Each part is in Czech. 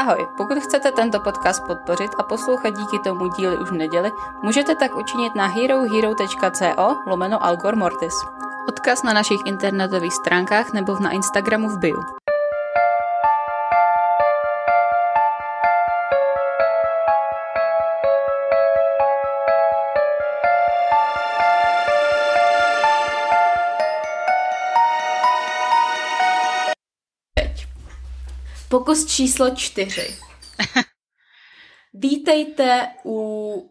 Ahoj, pokud chcete tento podcast podpořit a poslouchat díky tomu díly už v neděli, můžete tak učinit na herohero.co/Algor Mortis. Odkaz na našich internetových stránkách nebo na Instagramu v bio. Pokus číslo 4. Vítejte u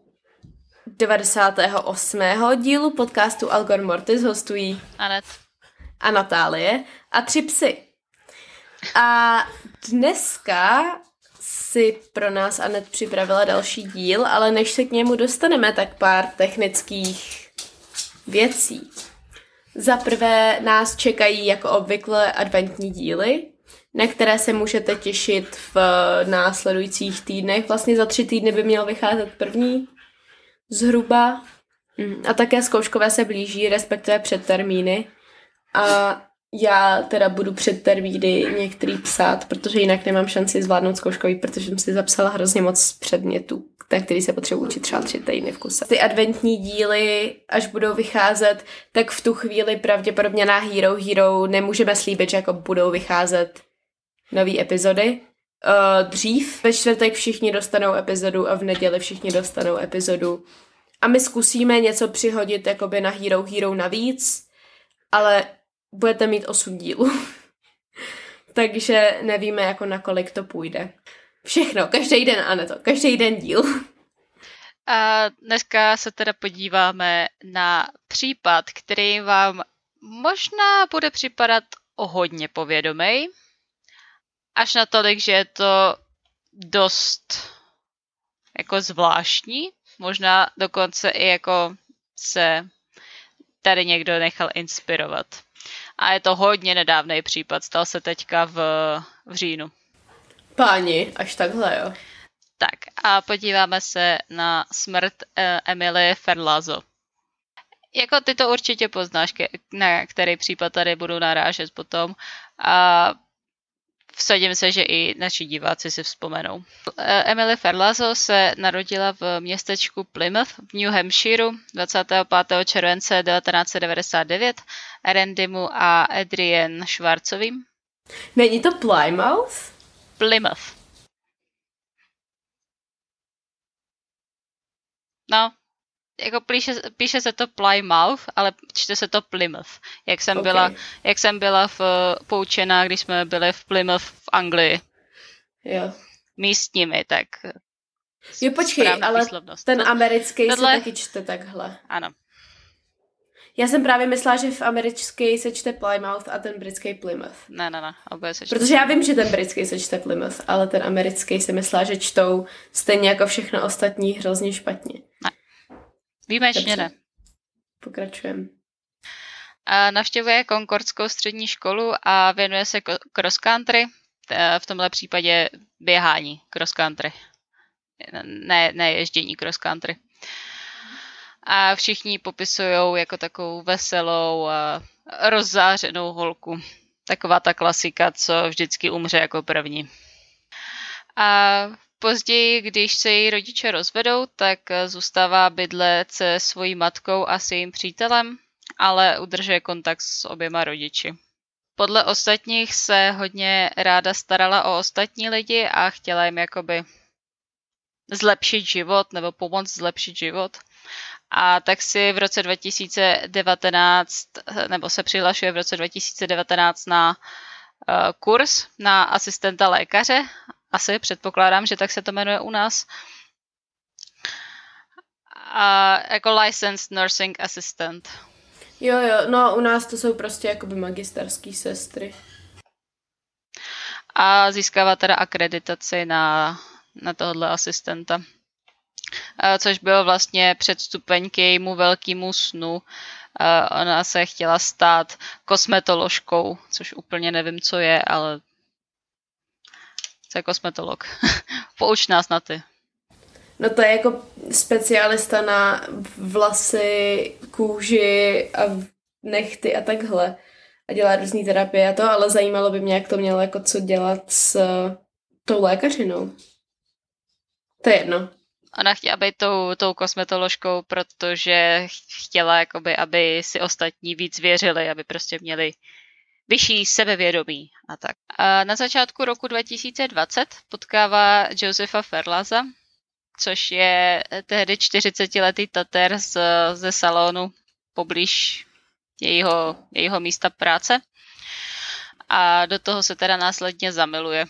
98. dílu podcastu Algor Mortis. Hostují Anet a Natálie a 3 psy. A dneska si pro nás Anet připravila další díl, ale než se k němu dostaneme, tak pár technických věcí. Za prvé nás čekají jako obvykle adventní díly, na které se můžete těšit v následujících týdnech. Vlastně za 3 týdny by měl vycházet první zhruba. A také zkouškové se blíží, respektive předtermíny. A já teda budu předtermíny některý psát, protože jinak nemám šanci zvládnout zkouškový, protože jsem si zapsala hrozně moc předmětů, na který se potřebuji učit třeba 3 týdny v kuse. Ty adventní díly, až budou vycházet, tak v tu chvíli pravděpodobně na Hero nemůžeme slíbit, že jako budou vycházet nový epizody. Dřív ve čtvrtek všichni dostanou epizodu a v neděli všichni dostanou epizodu. A my zkusíme něco přihodit jakoby na Hero navíc, ale budete mít 8 dílů. Takže nevíme, jako na kolik to půjde. Všechno, každý den, Aneto, každý den díl. A dneska se teda podíváme na případ, který vám možná bude připadat o hodně povědomý. Až natolik, že je to dost jako zvláštní. Možná dokonce i jako se tady někdo nechal inspirovat. A je to hodně nedávný případ, stal se teďka v říjnu. Páni, až takhle, jo. Tak a podíváme se na smrt Emily Ferlazo. Jako ty to určitě poznáš, na který případ tady budu narážet potom. A vsadím se, že i naši diváci si vzpomenou. Emily Ferlazo se narodila v městečku Plymouth v New Hampshireu 25. července 1999 Randymu a Adrienne Schwartzovým. Není to Plymouth? Plymouth. No, jako píše se to Plymouth, ale čte se to Plymouth. Jak jsem byla poučená, když jsme byli v Plymouth v Anglii. Jo. Místními, tak jo, počkej, ale výslovnost. Ten americký se taky čte takhle. Ano. Já jsem právě myslela, že v americký se čte Plymouth a ten britský Plymouth. Ne, oboje se čte. Protože já vím, že ten britský se čte Plymouth, ale ten americký si myslela, že čtou stejně jako všechno ostatní hrozně špatně. Ne. Výjimečně ne. Pokračujeme. Navštěvuje Concordskou střední školu a věnuje se cross country, v tomhle případě běhání cross country. Ne ježdění cross country. A všichni ji popisují jako takovou veselou a rozzářenou holku. Taková ta klasika, co vždycky umře jako první. A později, když se její rodiče rozvedou, tak zůstává bydlet se svojí matkou a s jejím přítelem, ale udržuje kontakt s oběma rodiči. Podle ostatních se hodně ráda starala o ostatní lidi a chtěla jim jakoby zlepšit život nebo pomoct zlepšit život. A tak si v roce 2019, nebo se přihlašuje v roce 2019 na kurz na asistenta lékaře. Asi předpokládám, že tak se to jmenuje u nás. A jako licensed nursing assistant. Jo, no u nás to jsou prostě jakoby magisterský sestry. A získává teda akreditaci na tohohle asistenta. Což byl vlastně předstupeň k jejímu velkému snu. Ona se chtěla stát kosmetoložkou, což úplně nevím, co je, ale co je kosmetolog? Pouč nás na ty. No to je jako specialista na vlasy, kůži a nehty a takhle. A dělá různý terapie a to, ale zajímalo by mě, jak to mělo jako co dělat s Tou lékařinou. To je jedno. Ona chtěla být tou kosmetoložkou, protože chtěla, jakoby, aby si ostatní víc věřili, aby prostě měli vyšší sebevědomí a tak. A na začátku roku 2020 potkává Josefa Ferlaza, což je tehdy 40-letý Tater ze salonu poblíž jejího místa práce. A do toho se teda následně zamiluje.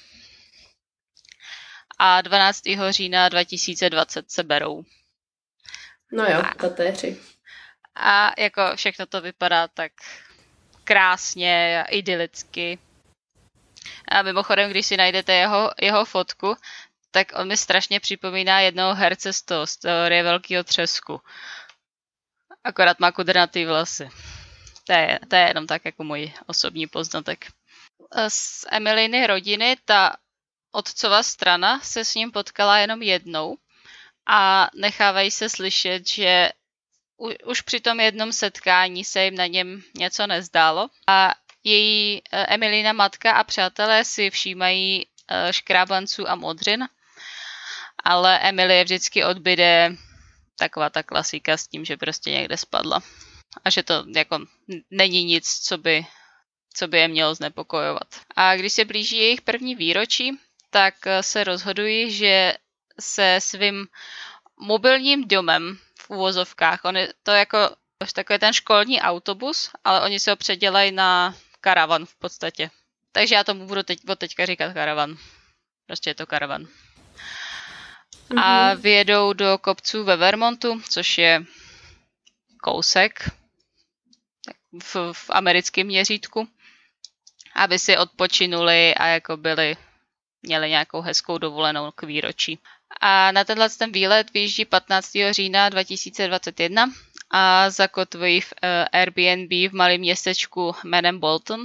A 12. října 2020 se berou. No jo, Tatéři. A jako všechno to vypadá tak krásně a idylicky. A mimochodem, když si najdete jeho fotku, tak on mi strašně připomíná jednoho herce z Teorie Velkého třesku. Akorát má kudrnatý vlasy. To je jenom tak jako můj osobní poznatek. Z Emiliny rodiny ta otcova strana se s ním potkala jenom jednou a nechávají se slyšet, že už při tom jednom setkání se jim na něm něco nezdálo a její Emilina matka a přátelé si všímají škrábanců a modřin, ale Emilie vždycky odbyde taková ta klasika s tím, že prostě někde spadla a že to jako není nic, co by je mělo znepokojovat. A když se blíží jejich první výročí, tak se rozhodují, že se svým mobilním domem v uvozovkách, on je to jako takový ten školní autobus, ale oni se ho předělají na karavan v podstatě. Takže já tomu budu od teďka říkat karavan. Prostě je to karavan. A vyjedou do kopců ve Vermontu, což je kousek v americkém měřítku, aby si odpočinuli a jako měli nějakou hezkou dovolenou k výročí. A na ten výlet vyjíždí 15. října 2021 a zakotvují v Airbnb v malém městečku jménem Bolton.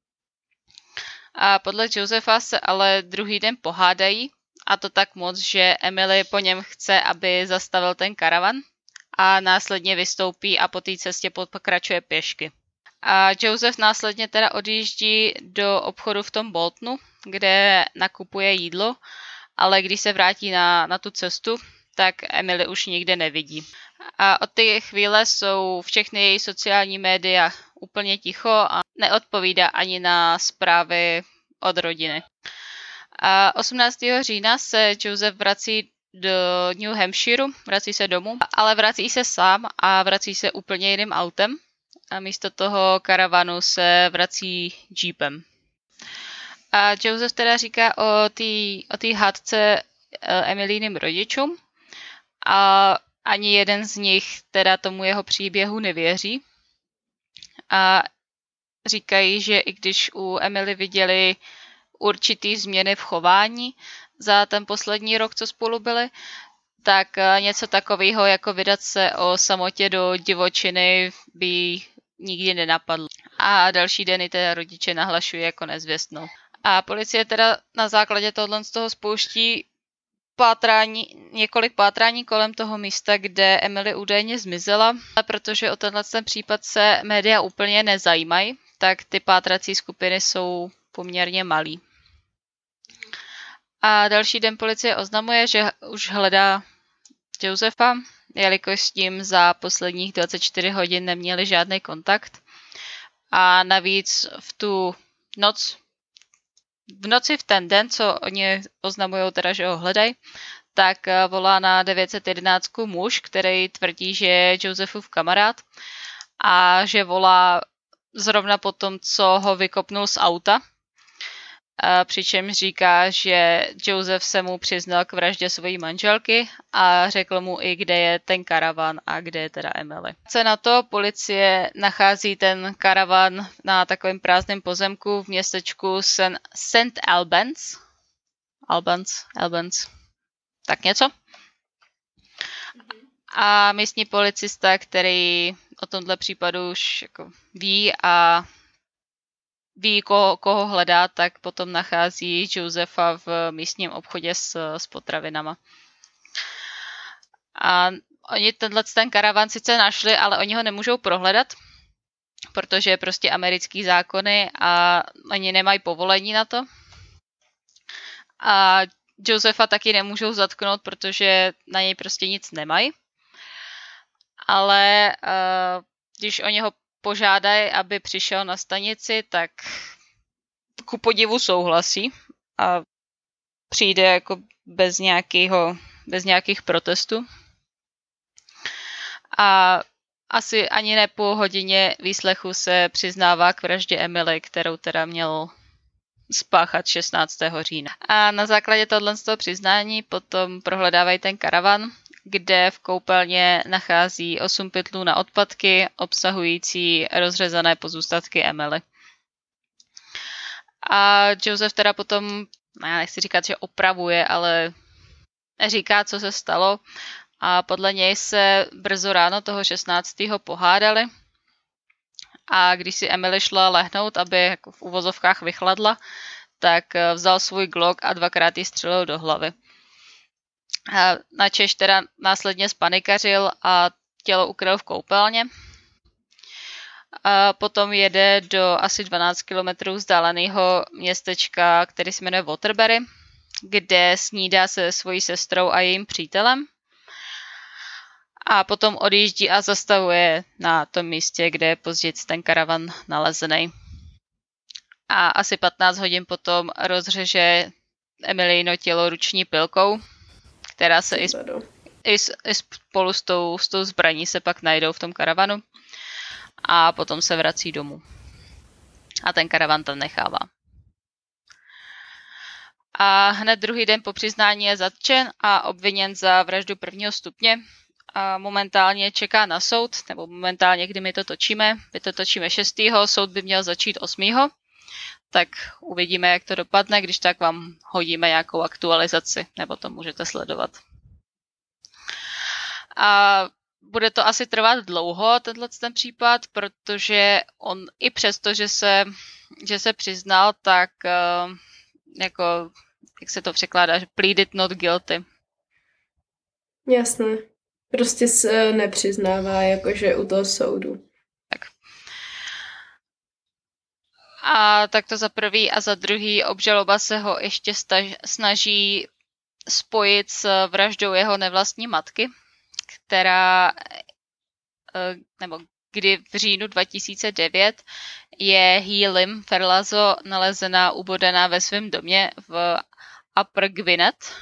A podle Josefa se ale druhý den pohádají, a to tak moc, že Emily po něm chce, aby zastavil ten karavan a následně vystoupí a po té cestě pokračuje pěšky. A Joseph následně teda odjíždí do obchodu v tom Boltonu, kde nakupuje jídlo, ale když se vrátí na tu cestu, tak Emily už nikde nevidí. A od té chvíle jsou všechny její sociální média úplně ticho a neodpovídá ani na zprávy od rodiny. A 18. října se Joseph vrací do New Hampshireu, vrací se domů, ale vrací se sám a vrací se úplně jiným autem. A místo toho karavanu se vrací jeepem. A Joseph teda říká o té hádce Emilíným rodičům a ani jeden z nich teda tomu jeho příběhu nevěří. A říkají, že i když u Emily viděli určitý změny v chování za ten poslední rok, co spolu byli, tak něco takového, jako vydat se o samotě do divočiny, by nikdy nenapadlo. A další den i teda rodiče nahlašují jako nezvěstnou. A policie teda na základě tohle z toho spouští několik pátrání kolem toho místa, kde Emily údajně zmizela. A protože o tenhle případ se média úplně nezajímají, tak ty pátrací skupiny jsou poměrně malý. A další den policie oznamuje, že už hledá Josefa, jelikož s ním za posledních 24 hodin neměli žádný kontakt. A navíc v noci v ten den, co oni oznamují teda, že ho hledají, tak volá na 911 muž, který tvrdí, že je Josefův kamarád a že volá zrovna po tom, co ho vykopnul z auta. Přičemž říká, že Joseph se mu přiznal k vraždě své manželky a řekl mu i, kde je ten karavan a kde je teda Emily. Co na to, policie nachází ten karavan na takovém prázdném pozemku v městečku St. Albans. Albans. Tak něco. A místní policista, který o tomhle případu už jako ví, koho hledá, tak potom nachází Josefa v místním obchodě s potravinama. A oni ten karavan sice našli, ale oni ho nemůžou prohledat, protože je prostě americký zákony a oni nemají povolení na to. A Josefa taky nemůžou zatknout, protože na něj prostě nic nemají. Ale když o něho požádají, aby přišel na stanici, tak ku podivu souhlasí a přijde jako bez nějakých protestů. A asi ani ne po hodině výslechu se přiznává k vraždě Emily, kterou teda měl spáchat 16. října. A na základě tohoto přiznání potom prohledávají ten karavan, kde v koupelně nachází 8 pytlů na odpadky, obsahující rozřezané pozůstatky Emily. A Joseph teda potom, já nechci říkat, že opravuje, ale říká, co se stalo. A podle něj se brzo ráno toho 16. pohádali. A když si Emily šla lehnout, aby jako v uvozovkách vychladla, tak vzal svůj Glock a 2krát jí střelil do hlavy. A načež teda následně spanikařil a tělo ukryl v koupelně. A potom jede do asi 12 kilometrů vzdáleného městečka, který se jmenuje Waterbury, kde snídá se svojí sestrou a jejím přítelem. A potom odjíždí a zastavuje na tom místě, kde je později ten karavan nalezený. A asi 15 hodin potom rozřeže Emilyno tělo ruční pilkou, která se i spolu s tou zbraní se pak najdou v tom karavanu. A potom se vrací domů. A ten karavan tam nechává. A hned druhý den po přiznání je zatčen a obviněn za vraždu 1. stupně. A momentálně čeká na soud, nebo momentálně, kdy my to točíme 6. soud by měl začít 8. Tak uvidíme, jak to dopadne, když tak vám hodíme nějakou aktualizaci, nebo to můžete sledovat. A bude to asi trvat dlouho, ten případ, protože on i přesto, že se přiznal, tak jako, jak se to překládá, že pleaded not guilty. Jasné. Prostě se nepřiznává, jakože u toho soudu. Tak. A tak to za prvý a za druhý obžaloba se ho ještě snaží spojit s vraždou jeho nevlastní matky, kdy v říjnu 2009 je Hee Lim Ferlazo nalezená ubodaná ve svém domě v Upper Gwinnett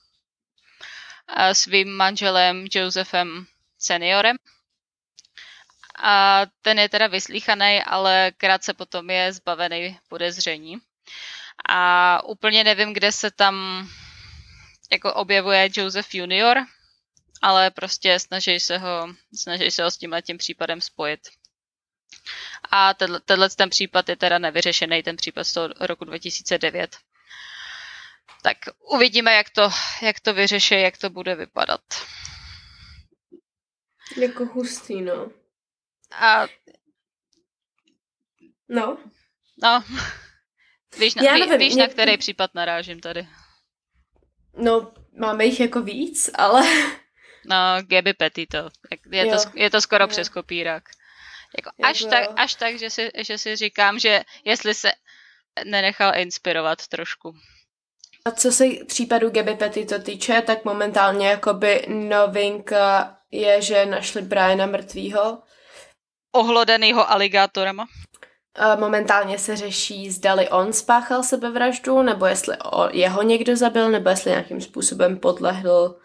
svým manželem Josephem seniorem. A ten je teda vyslíchaný, ale krátce potom je zbavený podezření. A úplně nevím, kde se tam jako objevuje Joseph junior, ale prostě snaží se ho s tím případem spojit. A ten případ je teda nevyřešený, ten případ z toho roku 2009. Tak uvidíme, jak to vyřeší, jak to bude vypadat. Jako hustý, no. A... No. Víš, na který případ narážím tady? No, máme jich jako víc, ale... No, Gabby Petito. Je to skoro přes kopírák. Jako až tak, že si říkám, že jestli se nenechal inspirovat trošku. A co se případu Gabby Petito týče, tak momentálně jakoby novinka je, že našli Briana mrtvýho. Ohlodanýho aligátorama. Momentálně se řeší, zdali on spáchal sebevraždu, nebo jestli jeho někdo zabil, nebo jestli nějakým způsobem podlehl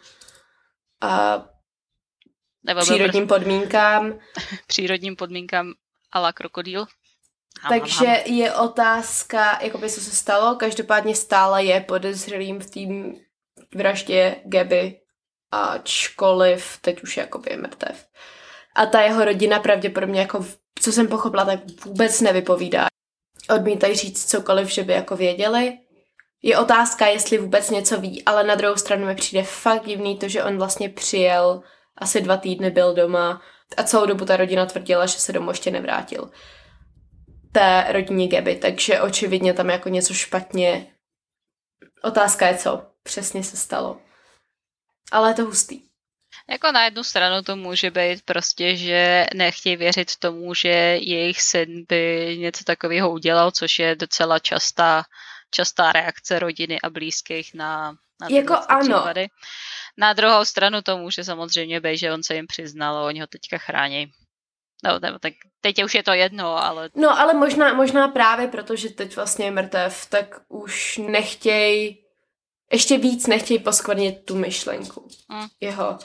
přírodním podmínkám. Přírodním podmínkám a la krokodýl. Takže je otázka, jakoby co se stalo. Každopádně stále je podezřelým v té vraždě Gabby, ačkoliv teď už jakoby je mrtev. A ta jeho rodina pravděpodobně, jako, co jsem pochopila, tak vůbec nevypovídá. Odmítají říct cokoliv, že by jako věděli. Je otázka, jestli vůbec něco ví, ale na druhou stranu mi přijde fakt divný to, že on vlastně přijel, asi 2 týdny byl doma a celou dobu ta rodina tvrdila, že se domů ještě nevrátil. Té rodině Gabby, takže očividně tam jako něco špatně. Otázka je, co přesně se stalo. Ale je to hustý. Jako na jednu stranu to může být prostě, že nechtějí věřit tomu, že jejich syn by něco takového udělal, což je docela častá častá reakce rodiny a blízkých na jako ano. případy. Na druhou stranu to může samozřejmě být, že on se jim přiznal a oni ho teďka chrání. No, tak teď už je to jedno, ale... No, ale možná právě protože teď vlastně je mrtev, tak už nechtěj, ještě víc nechtěj poskvrnit tu myšlenku jeho.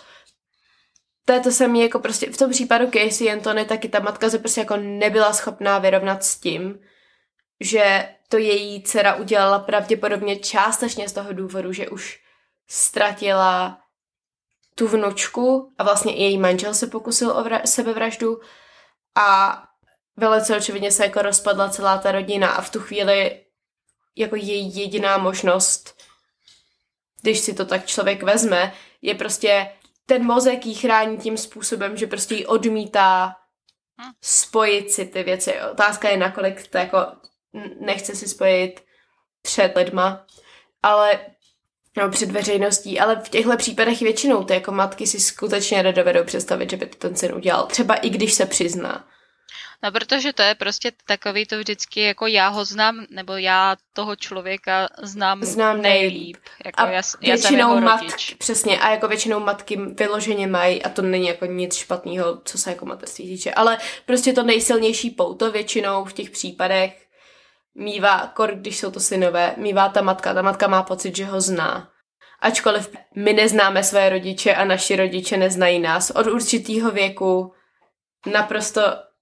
To se mi jako prostě, v tom případu Casey Anthony taky ta matka se prostě jako nebyla schopná vyrovnat s tím, že to její dcera udělala pravděpodobně částečně z toho důvodu, že už ztratila tu vnučku a vlastně i její manžel se pokusil o sebevraždu a velice očividně se jako rozpadla celá ta rodina a v tu chvíli jako její jediná možnost, když si to tak člověk vezme, je prostě ten mozek jí chrání tím způsobem, že prostě jí odmítá spojit si ty věci. Otázka je, nakolik to jako nechce si spojit před lidma, ale no, před veřejností, ale v těchto případech většinou ty jako matky si skutečně nedovedou představit, že by to ten syn udělal. Třeba i když se přizná. No, protože to je prostě takový to vždycky, jako já ho znám, nebo já toho člověka znám nejlíp. Jako a já většinou jsem jeho matky, rodič. přesně, a jako většinou matky vyloženě mají, a to není jako nic špatného, co se jako mateřství týče, ale prostě to nejsilnější pouto většinou v těch případech mívá, když jsou to synové, mívá ta matka má pocit, že ho zná. Ačkoliv my neznáme své rodiče a naši rodiče neznají nás. Od určitého věku naprosto...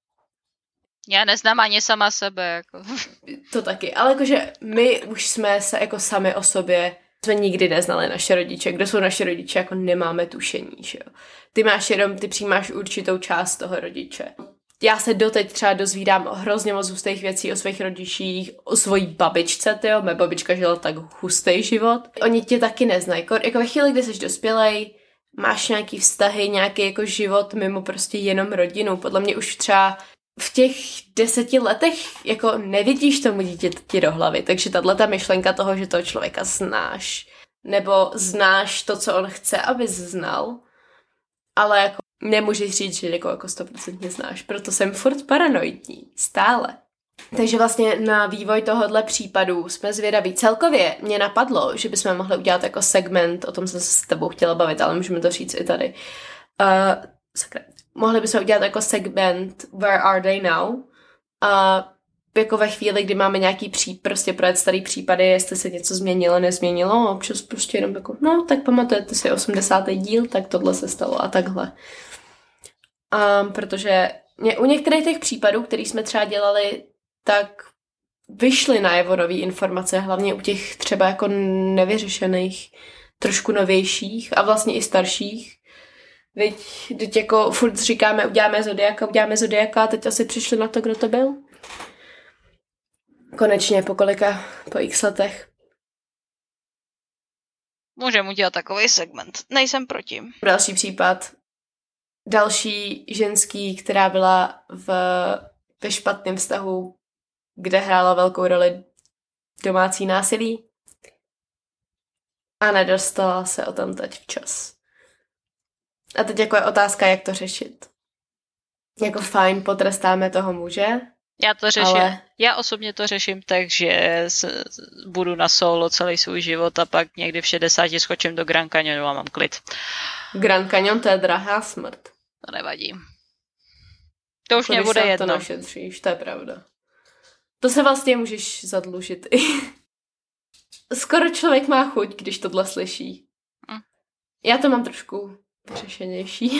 Já neznám ani sama sebe. Jako. To taky, ale jakože my už jsme se jako sami o sobě, jsme nikdy neznali naše rodiče. Kdo jsou naše rodiče, jako nemáme tušení, že jo. Ty přijímáš určitou část toho rodiče. Já se doteď třeba dozvídám hrozně moc hustých věcí o svých rodičích, o svojí babičce, tyjo. Moje babička žila tak hustý život. Oni tě taky neznají. Jako ve chvíli, kdy jsi dospělej, máš nějaký vztahy, nějaký jako život mimo prostě jenom rodinu. Podle mě už třeba v těch 10 letech jako nevidíš tomu dítěti do hlavy. Takže tato myšlenka toho, že toho člověka znáš, nebo znáš to, co on chce, abys znal, ale jako nemůžeš říct, že někoho jako 100% znáš, proto jsem furt paranoidní, stále. Takže vlastně na vývoj tohohle případu jsme zvědaví. Celkově mě napadlo, že bychom mohli udělat jako segment, o tom jsem se s tebou chtěla bavit, ale můžeme to říct i tady. Mohli bychom udělat jako segment Where are they now? A jako ve chvíli, kdy máme nějaký prostě projet starý případy, jestli se něco změnilo, nezměnilo, a občas prostě jenom jako, no, tak pamatujete si 80. díl, tak tohle se stalo a takhle. Protože u některých těch případů, který jsme třeba dělali, tak vyšly najevo nový informace, hlavně u těch třeba jako nevyřešených, trošku novějších a vlastně i starších. Teď jako furt říkáme, uděláme Zodiaka a teď asi přišli na to, kdo to byl. Konečně po x letech. Můžeme udělat takový segment. Nejsem proti. Další případ. Další ženský, která byla ve špatném vztahu, kde hrála velkou roli domácí násilí a nedostala se o tam teď včas. A teď jako je otázka, jak to řešit. Jako fajn, potrestáme toho muže. Já to řeším. Ale... Já osobně to řeším tak, že budu na solo celý svůj život a pak někdy v 60 skočím do Grand Canyonu a mám klid. Grand Canyon, to je drahá smrt. To nevadí. To už mě bude jedno. To našetříš, to je pravda. To se vlastně můžeš zadlužit i. Skoro člověk má chuť, když tohle slyší. Já to mám trošku vyřešenější.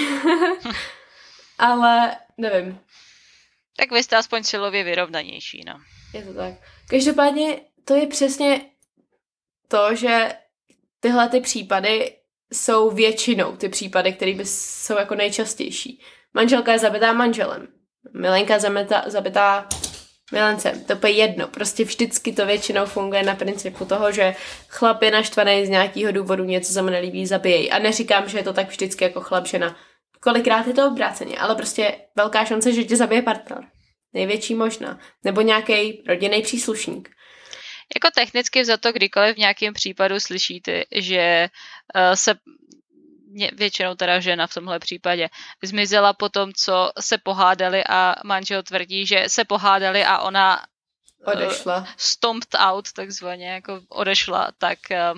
Ale nevím. Tak vy jste aspoň silově vyrovnanější, no. Je to tak. Každopádně to je přesně to, že tyhle ty případy jsou většinou ty případy, které jsou jako nejčastější. Manželka je zabitá manželem. Milenka zabitá milencem. To je jedno. Prostě vždycky to většinou funguje na principu toho, že chlap je naštvaný z nějakého důvodu, něco se mu nelíbí, zabijej. A neříkám, že je to tak vždycky jako chlap, žena. Kolikrát je to obráceně, ale prostě velká šance, že tě zabije partner. Největší možná. Nebo nějaký rodinný příslušník. Jako technicky za to, kdykoliv v nějakém případu slyšíte, že se většinou teda žena v tomhle případě zmizela po tom, co se pohádali a manžel tvrdí, že se pohádali a ona odešla. Stomped out, takzvaně, jako odešla, tak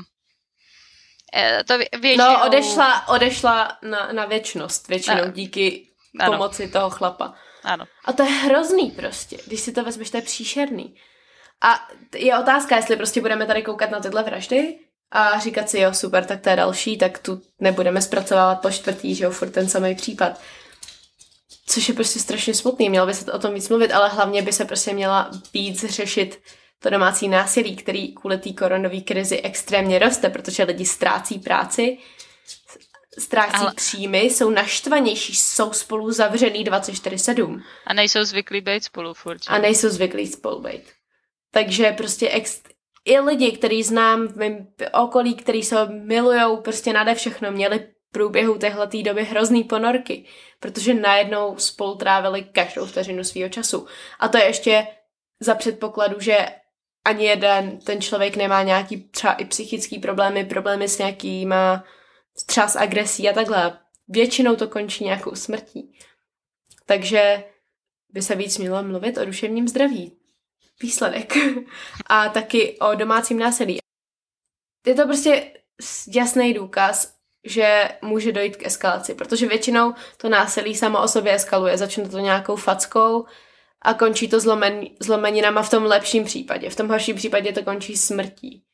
to většinou... No, odešla na věčnost, většinou díky pomoci toho chlapa. Ano. A to je hrozný prostě, když si to vezmeš, to je příšerný. A je otázka, jestli prostě budeme tady koukat na tyhle vraždy a říkat si, jo, super, tak to je další, tak tu nebudeme zpracovávat po čtvrtý, že jo, furt ten samý případ. Což je prostě strašně smutný, mělo by se o tom víc mluvit, ale hlavně by se prostě měla víc řešit to domácí násilí, který kvůli té koronové krizi extrémně roste, protože lidi ztrácí práci, ztrácí příjmy, jsou naštvanější, jsou spolu zavřený 24/7. A nejsou zvyklí být spolu furt. A nejsou zvyklí spolu být. Takže prostě i lidi, který znám v mém okolí, který se milujou prostě nade všechno, měli v průběhu téhletý doby hrozný ponorky, protože najednou spolu trávili každou vteřinu svýho času. A to je ještě za předpokladu, že ani jeden ten člověk nemá nějaký třeba i psychický problémy s nějakýma třeba s agresí a takhle. Většinou to končí nějakou smrtí. Takže by se víc mělo mluvit o duševním zdraví. Výsledek. A taky o domácím násilí. Je to prostě jasný důkaz, že může dojít k eskalaci, protože většinou to násilí samo o sobě eskaluje. Začne to nějakou fackou a končí to zlomeninama v tom lepším případě. V tom horším případě to končí smrtí.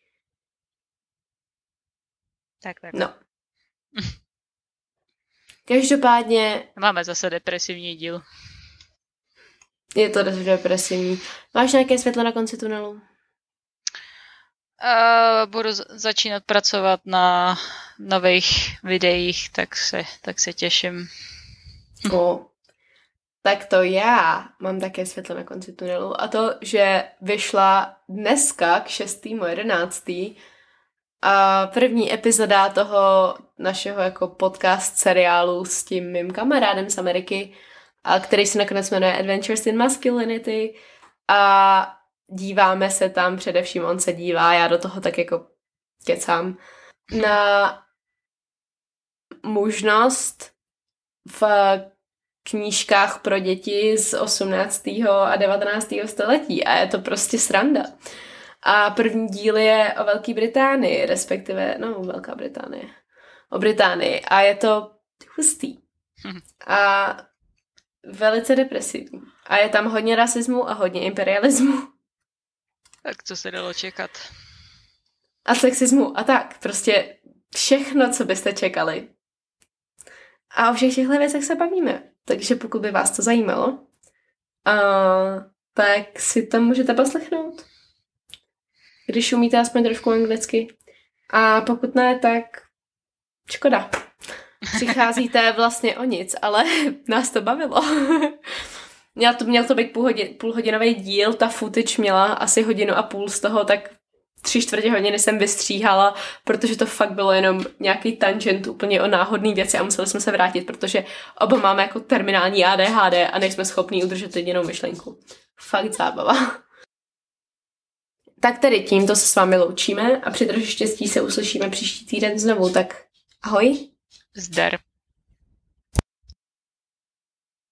Tak. No. Každopádně... Máme zase depresivní díl. Je to dost depresivní. Máš nějaké světlo na konci tunelu? Budu začínat pracovat na nových videích, tak se těším. Tak to já mám také světlo na konci tunelu a to, že vyšla dneska k 6.11. a první epizoda toho našeho jako podcast seriálu s tím mým kamarádem z Ameriky, a který se nakonec jmenuje Adventures in Masculinity a díváme se tam, především on se dívá, já do toho tak jako kecám, na mužnost v knížkách pro děti z 18. a 19. století a je to prostě sranda. A první díl je o Velké Británii, respektive, Velká Británie, o Británii a je to hustý. A velice depresivní. A je tam hodně rasismu a hodně imperialismu. Tak co se dalo čekat? A sexismu a tak. Prostě všechno, co byste čekali. A o všech těchto věcech se bavíme. Takže pokud by vás to zajímalo, tak si to můžete poslechnout. Když umíte aspoň trošku anglicky. A pokud ne, tak škoda. Přicházíte vlastně o nic, ale nás to bavilo. Měl to být půlhodinový díl, ta footage měla asi 1.5 hodiny z toho, tak 3/4 hodiny jsem vystříhala, protože to fakt bylo jenom nějaký tangent úplně o náhodný věci a museli jsme se vrátit, protože oba máme jako terminální ADHD a nejsme schopní udržet jedinou myšlenku. Fakt zábava. Tak tedy tímto se s vámi loučíme a při troši štěstí se uslyšíme příští týden znovu, tak ahoj. Zdar.